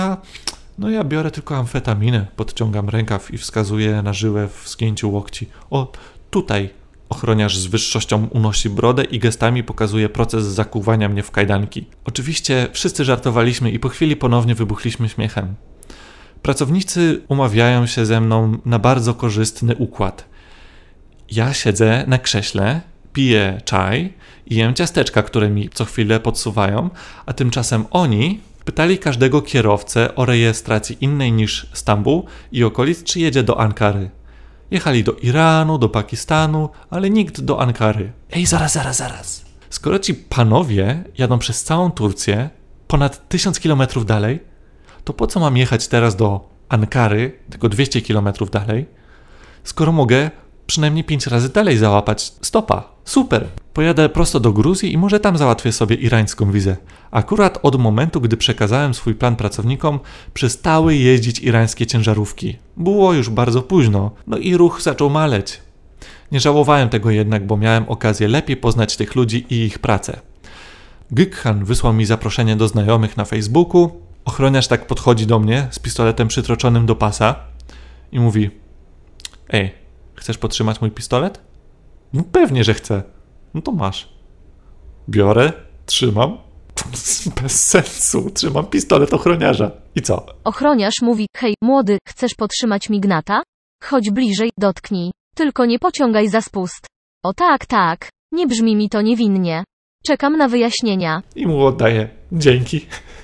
Ja biorę tylko amfetaminę. Podciągam rękaw i wskazuję na żyłę w zgięciu łokci. O, tutaj. Ochroniarz z wyższością unosi brodę i gestami pokazuje proces zakuwania mnie w kajdanki. Oczywiście wszyscy żartowaliśmy i po chwili ponownie wybuchliśmy śmiechem. Pracownicy umawiają się ze mną na bardzo korzystny układ. Ja siedzę na krześle, piję czaj i jem ciasteczka, które mi co chwilę podsuwają, a tymczasem oni pytali każdego kierowcę o rejestracji innej niż Stambuł i okolic, czy jedzie do Ankary. Jechali do Iranu, do Pakistanu, ale nikt do Ankary. Ej, zaraz. Skoro ci panowie jadą przez całą Turcję, ponad 1000 kilometrów dalej, to po co mam jechać teraz do Ankary, tylko 200 kilometrów dalej, skoro mogę przynajmniej 5 razy dalej załapać stopa? Super! Pojadę prosto do Gruzji i może tam załatwię sobie irańską wizę. Akurat od momentu, gdy przekazałem swój plan pracownikom, przestały jeździć irańskie ciężarówki. Było już bardzo późno, no i ruch zaczął maleć. Nie żałowałem tego jednak, bo miałem okazję lepiej poznać tych ludzi i ich pracę. Gykhan wysłał mi zaproszenie do znajomych na Facebooku. Ochroniarz tak podchodzi do mnie z pistoletem przytroczonym do pasa i mówi: Ej, chcesz podtrzymać mój pistolet? No pewnie, że chcę. No to masz. Biorę, trzymam. Bez sensu. Trzymam pistolet ochroniarza. I co? Ochroniarz mówi: hej, młody, chcesz podtrzymać mignata? Chodź bliżej, dotknij. Tylko nie pociągaj za spust. O tak. Nie brzmi mi to niewinnie. Czekam na wyjaśnienia. I mu oddaję. Dzięki.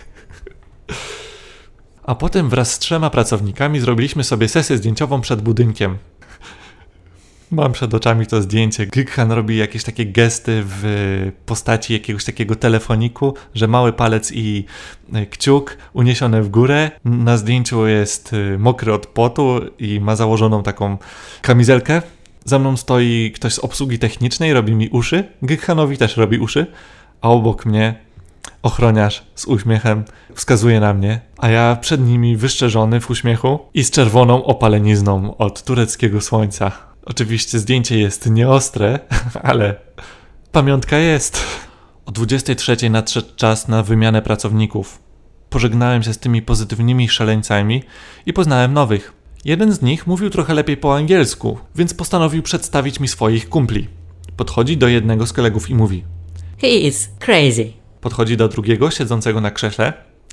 A potem wraz z 3 pracownikami zrobiliśmy sobie sesję zdjęciową przed budynkiem. Mam przed oczami to zdjęcie. Gykhan robi jakieś takie gesty w postaci jakiegoś takiego telefoniku, że mały palec i kciuk uniesione w górę. Na zdjęciu jest mokry od potu i ma założoną taką kamizelkę. Za mną stoi ktoś z obsługi technicznej, robi mi uszy. Gykhanowi też robi uszy. A obok mnie ochroniarz z uśmiechem wskazuje na mnie, a ja przed nimi wyszczerzony w uśmiechu i z czerwoną opalenizną od tureckiego słońca. Oczywiście zdjęcie jest nieostre, ale pamiątka jest. O 23:00 nadszedł czas na wymianę pracowników. Pożegnałem się z tymi pozytywnymi szaleńcami i poznałem nowych. Jeden z nich mówił trochę lepiej po angielsku, więc postanowił przedstawić mi swoich kumpli. Podchodzi do jednego z kolegów i mówi: He is crazy. Podchodzi do drugiego, siedzącego na krześle.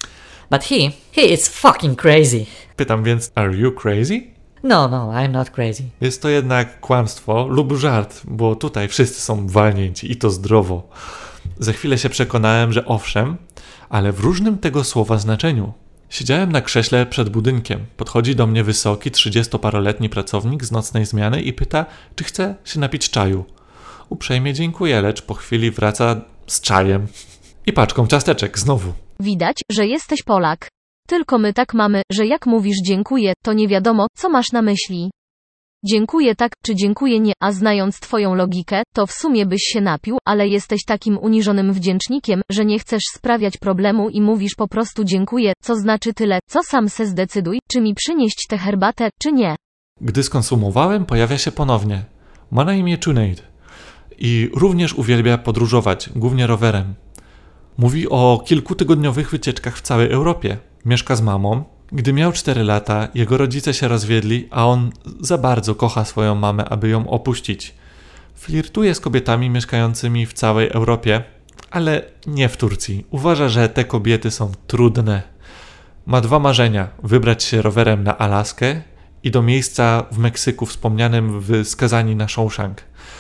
But he is fucking crazy. Pytam więc: Are you crazy? No, I'm not crazy. Jest to jednak kłamstwo lub żart, bo tutaj wszyscy są walnięci i to zdrowo. Za chwilę się przekonałem, że owszem, ale w różnym tego słowa znaczeniu. Siedziałem na krześle przed budynkiem. Podchodzi do mnie wysoki, 30-paroletni pracownik z nocnej zmiany i pyta, czy chcę się napić czaju. Uprzejmie dziękuję, lecz po chwili wraca z czajem i paczką ciasteczek znowu. Widać, że jesteś Polak. Tylko my tak mamy, że jak mówisz dziękuję, to nie wiadomo, co masz na myśli. Dziękuję tak, czy dziękuję nie, a znając twoją logikę, to w sumie byś się napił, ale jesteś takim uniżonym wdzięcznikiem, że nie chcesz sprawiać problemu i mówisz po prostu dziękuję, co znaczy tyle, co sam se zdecyduj, czy mi przynieść tę herbatę, czy nie. Gdy skonsumowałem, pojawia się ponownie. Ma na imię Junaid i również uwielbia podróżować, głównie rowerem. Mówi o kilkutygodniowych wycieczkach w całej Europie. Mieszka z mamą. Gdy miał 4 lata, jego rodzice się rozwiedli, a on za bardzo kocha swoją mamę, aby ją opuścić. Flirtuje z kobietami mieszkającymi w całej Europie, ale nie w Turcji. Uważa, że te kobiety są trudne. Ma 2 marzenia. Wybrać się rowerem na Alaskę i do miejsca w Meksyku wspomnianym w Skazani na Shawshank.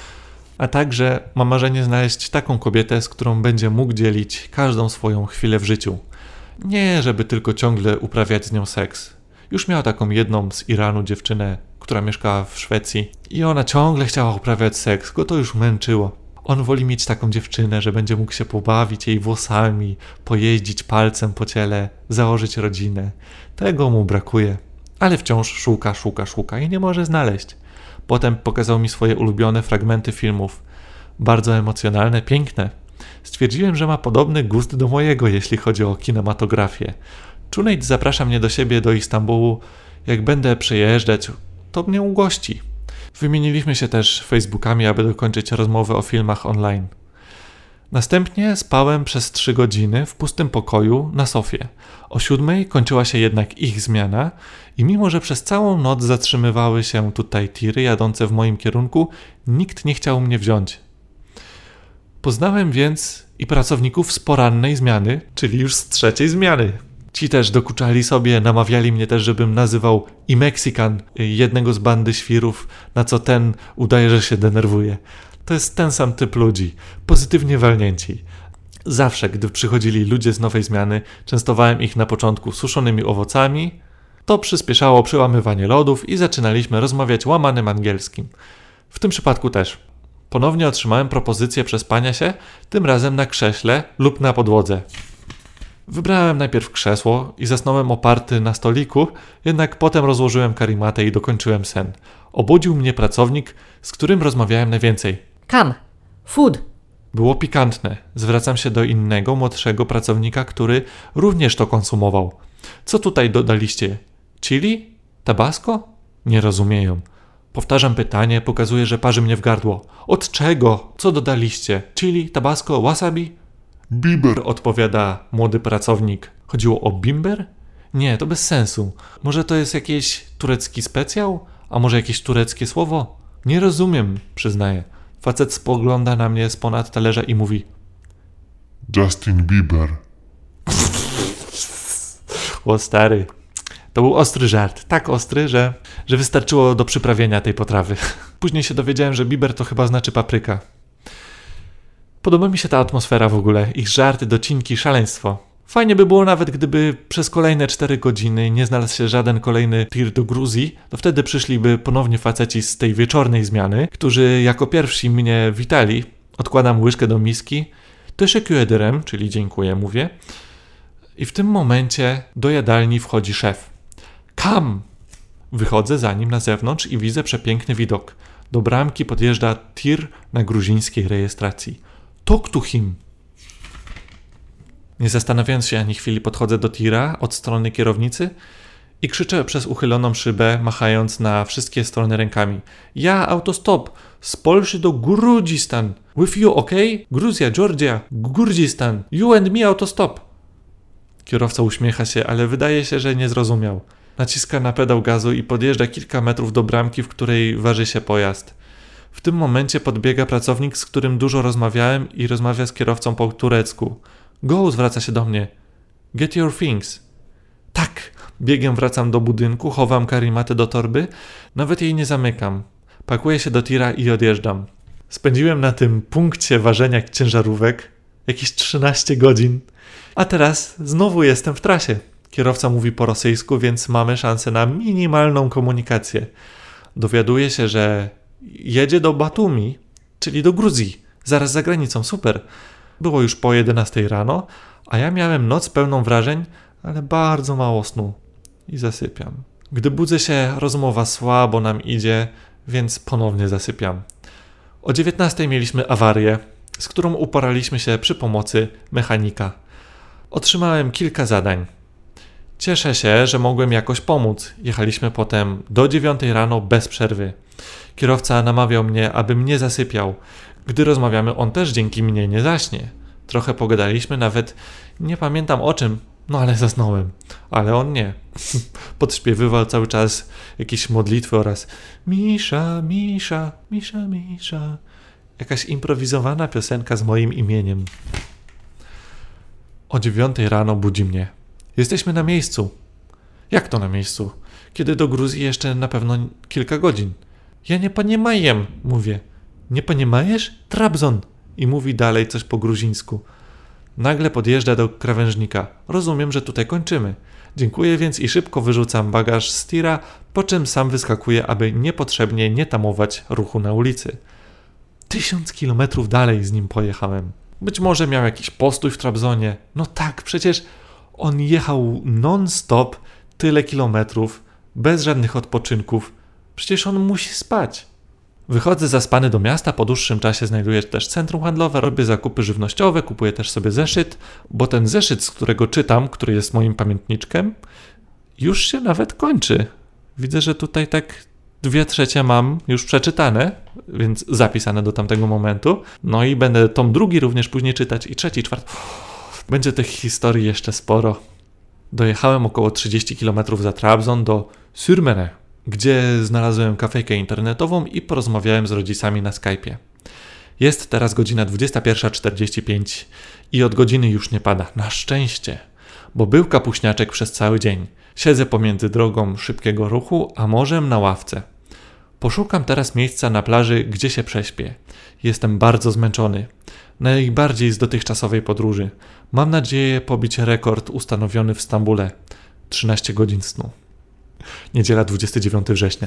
A także ma marzenie znaleźć taką kobietę, z którą będzie mógł dzielić każdą swoją chwilę w życiu. Nie, żeby tylko ciągle uprawiać z nią seks. Już miał taką jedną z Iranu dziewczynę, która mieszkała w Szwecji i ona ciągle chciała uprawiać seks, go to już męczyło. On woli mieć taką dziewczynę, że będzie mógł się pobawić jej włosami, pojeździć palcem po ciele, założyć rodzinę. Tego mu brakuje, ale wciąż szuka i nie może znaleźć. Potem pokazał mi swoje ulubione fragmenty filmów. Bardzo emocjonalne, piękne. Stwierdziłem, że ma podobny gust do mojego, jeśli chodzi o kinematografię. Cuneyt zaprasza mnie do siebie do Istambułu. Jak będę przejeżdżać, to mnie ugości. Wymieniliśmy się też Facebookami, aby dokończyć rozmowę o filmach online. Następnie spałem przez 3 godziny w pustym pokoju na sofie. O 7 kończyła się jednak ich zmiana i mimo, że przez całą noc zatrzymywały się tutaj tiry jadące w moim kierunku, nikt nie chciał mnie wziąć. Poznałem więc i pracowników z porannej zmiany, czyli już z 3. zmiany. Ci też dokuczali sobie, namawiali mnie też, żebym nazywał i Meksykan jednego z bandy świrów, na co ten udaje, że się denerwuje. To jest ten sam typ ludzi, pozytywnie walnięci. Zawsze, gdy przychodzili ludzie z nowej zmiany, częstowałem ich na początku suszonymi owocami. To przyspieszało przełamywanie lodów i zaczynaliśmy rozmawiać łamanym angielskim. W tym przypadku też. Ponownie otrzymałem propozycję przespania się, tym razem na krześle lub na podłodze. Wybrałem najpierw krzesło i zasnąłem oparty na stoliku, jednak potem rozłożyłem karimatę i dokończyłem sen. Obudził mnie pracownik, z którym rozmawiałem najwięcej. Come, food. Było pikantne. Zwracam się do innego, młodszego pracownika, który również to konsumował. Co tutaj dodaliście? Chili? Tabasco? Nie rozumieją. Powtarzam pytanie, pokazuję, że parzy mnie w gardło. Od czego? Co dodaliście? Chili, tabasco, wasabi? Biber. Odpowiada młody pracownik. Chodziło o bimber? Nie, to bez sensu. Może to jest jakiś turecki specjał? A może jakieś tureckie słowo? Nie rozumiem, przyznaję. Facet spogląda na mnie spod talerza i mówi: Justin Bieber. O stary, to był ostry żart. Tak ostry, że wystarczyło do przyprawienia tej potrawy. Później się dowiedziałem, że Bieber to chyba znaczy papryka. Podoba mi się ta atmosfera w ogóle. Ich żarty, docinki, szaleństwo. Fajnie by było nawet, gdyby przez kolejne 4 godziny nie znalazł się żaden kolejny tir do Gruzji, to wtedy przyszliby ponownie faceci z tej wieczornej zmiany, którzy jako pierwsi mnie witali. Odkładam łyżkę do miski. Teşekkür ederim, czyli dziękuję, mówię. I w tym momencie do jadalni wchodzi szef. Come! Wychodzę za nim na zewnątrz i widzę przepiękny widok. Do bramki podjeżdża tir na gruzińskiej rejestracji. Talk to him. Nie zastanawiając się ani chwili, podchodzę do tira od strony kierownicy i krzyczę przez uchyloną szybę, machając na wszystkie strony rękami. Ja, autostop, z Polski do Grudzistan. With you, ok? Gruzja, Georgia, Gurdzistan. You and me, autostop. Kierowca uśmiecha się, ale wydaje się, że nie zrozumiał. Naciska na pedał gazu i podjeżdża kilka metrów do bramki, w której waży się pojazd. W tym momencie podbiega pracownik, z którym dużo rozmawiałem i rozmawia z kierowcą po turecku. Go, zwraca się do mnie. Get your things. Tak, biegiem wracam do budynku, chowam karimatę do torby, nawet jej nie zamykam. Pakuję się do tira i odjeżdżam. Spędziłem na tym punkcie ważenia ciężarówek jakieś 13 godzin, a teraz znowu jestem w trasie. Kierowca mówi po rosyjsku, więc mamy szansę na minimalną komunikację. Dowiaduję się, że jedzie do Batumi, czyli do Gruzji, zaraz za granicą, super. Było już po 11 rano, a ja miałem noc pełną wrażeń, ale bardzo mało snu i zasypiam. Gdy budzę się, rozmowa słabo nam idzie, więc ponownie zasypiam. O 19 mieliśmy awarię, z którą uporaliśmy się przy pomocy mechanika. Otrzymałem kilka zadań. Cieszę się, że mogłem jakoś pomóc. Jechaliśmy potem do 9 rano bez przerwy. Kierowca namawiał mnie, abym nie zasypiał. Gdy rozmawiamy, on też dzięki mnie nie zaśnie. Trochę pogadaliśmy, nawet nie pamiętam o czym, no ale zasnąłem. Ale on nie. Podśpiewywał cały czas jakieś modlitwy oraz Misza, Misza, Misza, Misza, Jakaś improwizowana piosenka z moim imieniem. O 9 rano budzi mnie. Jesteśmy na miejscu. Jak to na miejscu? Kiedy do Gruzji jeszcze na pewno kilka godzin. Ja nie poniemajem, mówię. Nie poniemajesz? Trabzon. I mówi dalej coś po gruzińsku. Nagle podjeżdża do krawężnika. Rozumiem, że tutaj kończymy. Dziękuję więc i szybko wyrzucam bagaż z tira, po czym sam wyskakuję, aby niepotrzebnie nie tamować ruchu na ulicy. 1000 kilometrów dalej z nim pojechałem. Być może miał jakiś postój w Trabzonie. No tak, przecież on jechał non-stop tyle kilometrów, bez żadnych odpoczynków. Przecież on musi spać. Wychodzę zaspany do miasta, po dłuższym czasie znajduję też centrum handlowe, robię zakupy żywnościowe, kupuję też sobie zeszyt, bo ten zeszyt, z którego czytam, który jest moim pamiętniczkiem, już się nawet kończy. Widzę, że tutaj tak 2/3 mam już przeczytane, więc zapisane do tamtego momentu. No i będę tom drugi również później czytać i trzeci, czwarty. Będzie tych historii jeszcze sporo. Dojechałem około 30 km za Trabzon do Sürmene, gdzie znalazłem kafejkę internetową i porozmawiałem z rodzicami na Skype'ie. Jest teraz godzina 21:45 i od godziny już nie pada. Na szczęście, bo był kapuśniaczek przez cały dzień. Siedzę pomiędzy drogą szybkiego ruchu a morzem na ławce. Poszukam teraz miejsca na plaży, gdzie się prześpię. Jestem bardzo zmęczony. Najbardziej z dotychczasowej podróży. Mam nadzieję pobić rekord ustanowiony w Stambule. 13 godzin snu. Niedziela 29 września.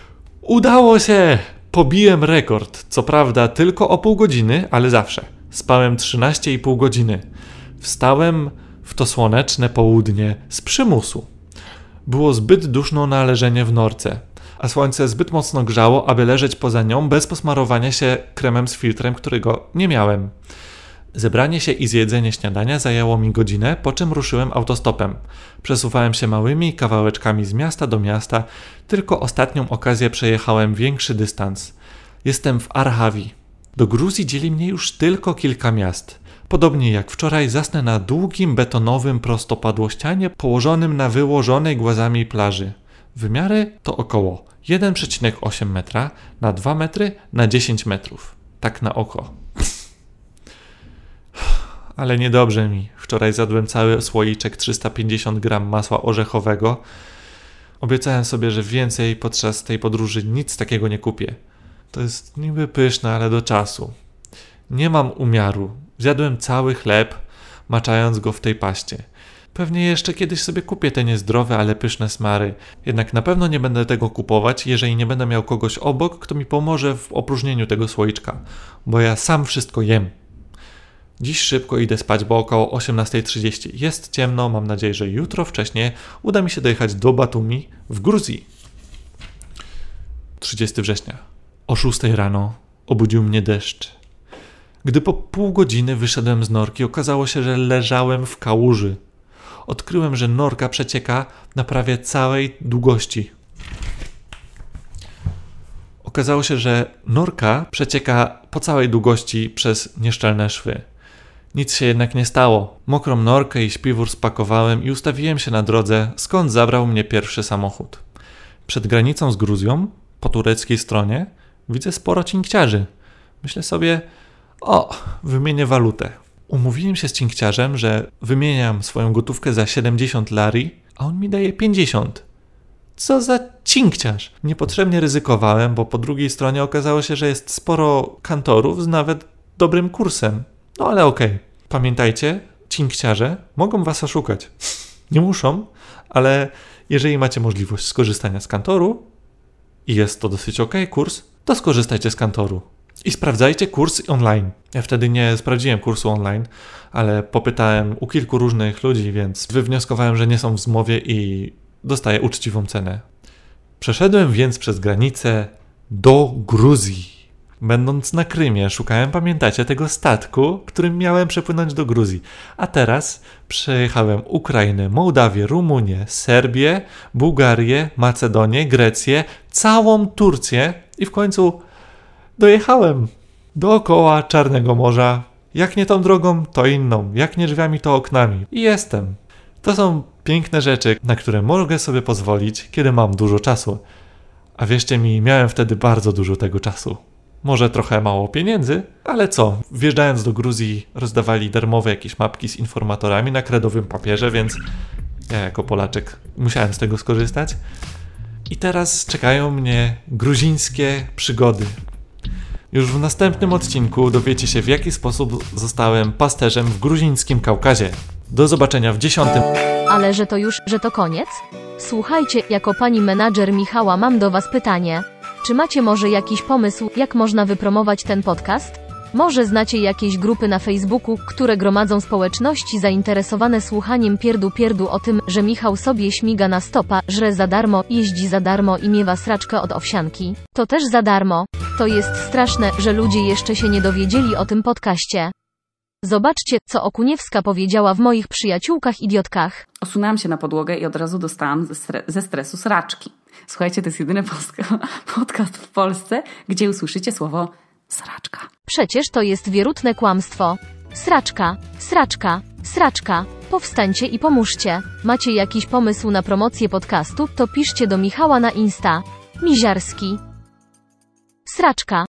Udało się! Pobiłem rekord. Co prawda tylko o pół godziny, ale zawsze. Spałem 13,5 godziny. Wstałem w to słoneczne południe z przymusu. Było zbyt duszno na leżenie w norce, a słońce zbyt mocno grzało, aby leżeć poza nią bez posmarowania się kremem z filtrem, którego nie miałem. Zebranie się i zjedzenie śniadania zajęło mi godzinę, po czym ruszyłem autostopem. Przesuwałem się małymi kawałeczkami z miasta do miasta, tylko ostatnią okazję przejechałem większy dystans. Jestem w Archavi. Do Gruzji dzieli mnie już tylko kilka miast. Podobnie jak wczoraj zasnę na długim betonowym prostopadłościanie położonym na wyłożonej głazami plaży. Wymiary to około 1,8 metra na 2 metry na 10 metrów. Tak na oko. Ale niedobrze mi. Wczoraj zjadłem cały słoiczek 350 gram masła orzechowego. Obiecałem sobie, że więcej podczas tej podróży nic takiego nie kupię. To jest niby pyszne, ale do czasu. Nie mam umiaru. Zjadłem cały chleb, maczając go w tej paście. Pewnie jeszcze kiedyś sobie kupię te niezdrowe, ale pyszne smary. Jednak na pewno nie będę tego kupować, jeżeli nie będę miał kogoś obok, kto mi pomoże w opróżnieniu tego słoiczka. Bo ja sam wszystko jem. Dziś szybko idę spać, bo około 18:30. Jest ciemno, mam nadzieję, że jutro wcześniej uda mi się dojechać do Batumi w Gruzji. 30 września. O 6 rano obudził mnie deszcz. Gdy po pół godziny wyszedłem z norki, okazało się, że leżałem w kałuży. Odkryłem, że norka przecieka na prawie całej długości. Okazało się, że norka przecieka po całej długości przez nieszczelne szwy. Nic się jednak nie stało. Mokrą norkę i śpiwór spakowałem i ustawiłem się na drodze, skąd zabrał mnie pierwszy samochód. Przed granicą z Gruzją, po tureckiej stronie, widzę sporo cinkciarzy. Myślę sobie, wymienię walutę. Umówiłem się z cinkciarzem, że wymieniam swoją gotówkę za 70 lari, a on mi daje 50. Co za cinkciarz! Niepotrzebnie ryzykowałem, bo po drugiej stronie okazało się, że jest sporo kantorów z nawet dobrym kursem. No ale okej. Pamiętajcie, cinkciarze mogą was oszukać. Nie muszą, ale jeżeli macie możliwość skorzystania z kantoru i jest to dosyć kurs, to skorzystajcie z kantoru. I sprawdzajcie kurs online. Ja wtedy nie sprawdziłem kursu online, ale popytałem u kilku różnych ludzi, więc wywnioskowałem, że nie są w zmowie i dostaję uczciwą cenę. Przeszedłem więc przez granicę do Gruzji. Będąc na Krymie, szukałem, pamiętacie, tego statku, którym miałem przepłynąć do Gruzji. A teraz przejechałem Ukrainę, Mołdawię, Rumunię, Serbię, Bułgarię, Macedonię, Grecję, całą Turcję i w końcu dojechałem dookoła Czarnego Morza. Jak nie tą drogą, to inną. Jak nie drzwiami, to oknami. I jestem. To są piękne rzeczy, na które mogę sobie pozwolić, kiedy mam dużo czasu. A wierzcie mi, miałem wtedy bardzo dużo tego czasu. Może trochę mało pieniędzy, ale co? Wjeżdżając do Gruzji rozdawali darmowe jakieś mapki z informatorami na kredowym papierze, więc ja jako Polaczek musiałem z tego skorzystać. I teraz czekają mnie gruzińskie przygody. Już w następnym odcinku dowiecie się, w jaki sposób zostałem pasterzem w gruzińskim Kaukazie. Do zobaczenia w 10. Ale że to koniec? Słuchajcie, jako pani menadżer Michała mam do was pytanie. Czy macie może jakiś pomysł, jak można wypromować ten podcast? Może znacie jakieś grupy na Facebooku, które gromadzą społeczności zainteresowane słuchaniem pierdu o tym, że Michał sobie śmiga na stopa, żre za darmo, jeździ za darmo i miewa sraczkę od owsianki. To też za darmo. To jest straszne, że ludzie jeszcze się nie dowiedzieli o tym podcaście. Zobaczcie, co Okuniewska powiedziała w moich przyjaciółkach idiotkach. Osunęłam się na podłogę i od razu dostałam ze stresu sraczki. Słuchajcie, to jest jedyny podcast w Polsce, gdzie usłyszycie słowo sraczka. Przecież to jest wierutne kłamstwo. Sraczka, sraczka, sraczka. Powstańcie i pomóżcie. Macie jakiś pomysł na promocję podcastu, to piszcie do Michała na Insta. Miziarski. Sraczka.